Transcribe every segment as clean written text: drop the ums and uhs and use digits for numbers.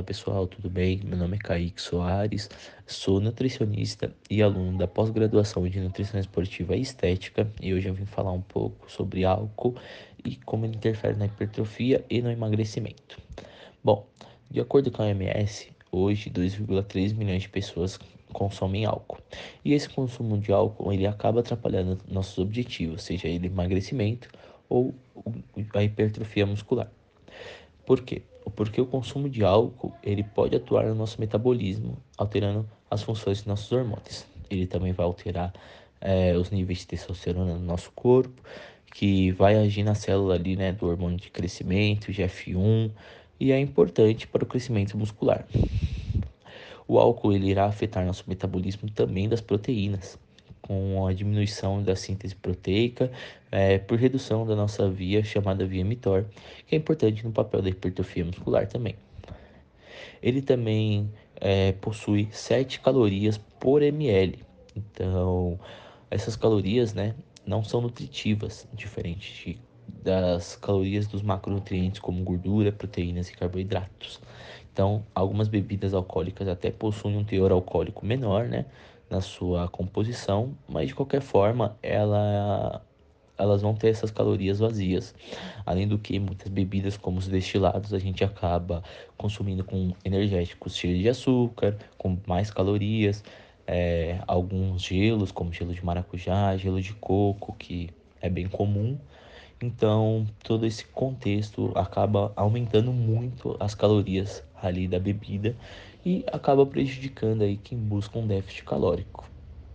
pessoal, tudo bem? Meu nome é Kaique Soares, sou nutricionista e aluno da pós-graduação de Nutrição Esportiva e Estética e hoje eu vim falar um pouco sobre álcool e como ele interfere na hipertrofia e no emagrecimento. Bom, de acordo com a OMS, hoje 2,3 milhões de pessoas consomem álcool e esse consumo de álcool ele acaba atrapalhando nossos objetivos, seja ele emagrecimento ou a hipertrofia muscular. Por quê? Porque o consumo de álcool ele pode atuar no nosso metabolismo, alterando as funções dos nossos hormônios. Ele também vai alterar os níveis de testosterona no nosso corpo, que vai agir na célula ali, né, do hormônio de crescimento, GF1, e é importante para o crescimento muscular. O álcool ele irá afetar nosso metabolismo também das proteínas, com a diminuição da síntese proteica, por redução da nossa via chamada via mTOR, que é importante no papel da hipertrofia muscular também. Ele também possui 7 calorias por ml, então essas calorias, né, não são nutritivas, diferente das calorias dos macronutrientes como gordura, proteínas e carboidratos. Então, algumas bebidas alcoólicas até possuem um teor alcoólico menor, né, na sua composição, mas de qualquer forma, elas vão ter essas calorias vazias. Além do que, muitas bebidas como os destilados a gente acaba consumindo com energéticos cheios de açúcar, com mais calorias, alguns gelos, como gelo de maracujá, gelo de coco, que é bem comum. Então, todo esse contexto acaba aumentando muito as calorias ali da bebida e acaba prejudicando aí quem busca um déficit calórico.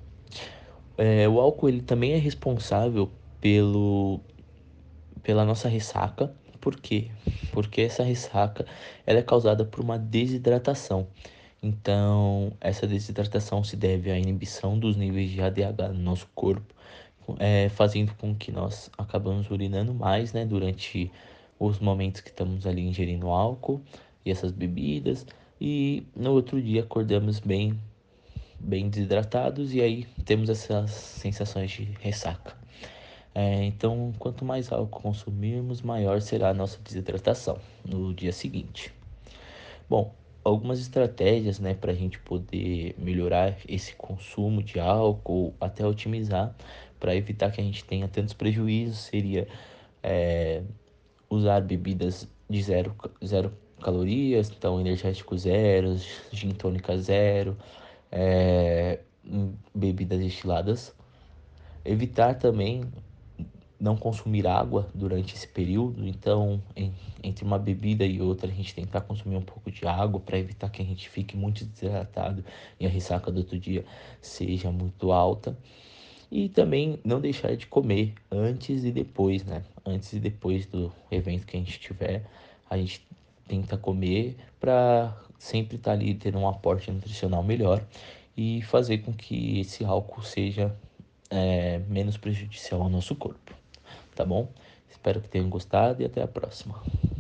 O álcool ele também é responsável pelo, pela nossa ressaca. Por quê? Porque essa ressaca ela é causada por uma desidratação. Então, essa desidratação se deve à inibição dos níveis de ADH no nosso corpo, fazendo com que nós acabamos urinando mais, né, durante os momentos que estamos ali ingerindo álcool e essas bebidas, e no outro dia acordamos bem desidratados e aí temos essas sensações de ressaca. Então, quanto mais álcool consumirmos, maior será a nossa desidratação no dia seguinte. Bom, algumas estratégias, né, para a gente poder melhorar esse consumo de álcool, até otimizar, para evitar que a gente tenha tantos prejuízos, seria é, usar bebidas de zero calorias, então energéticos zeros, gin tônica zero, bebidas destiladas. Evitar também não consumir água durante esse período, então entre uma bebida e outra a gente tentar consumir um pouco de água para evitar que a gente fique muito desidratado e a ressaca do outro dia seja muito alta. E também não deixar de comer antes e depois, né? Antes e depois do evento que a gente tiver, a gente tenta comer para sempre estar ali tendo um aporte nutricional melhor e fazer com que esse álcool seja menos prejudicial ao nosso corpo, tá bom? Espero que tenham gostado e até a próxima.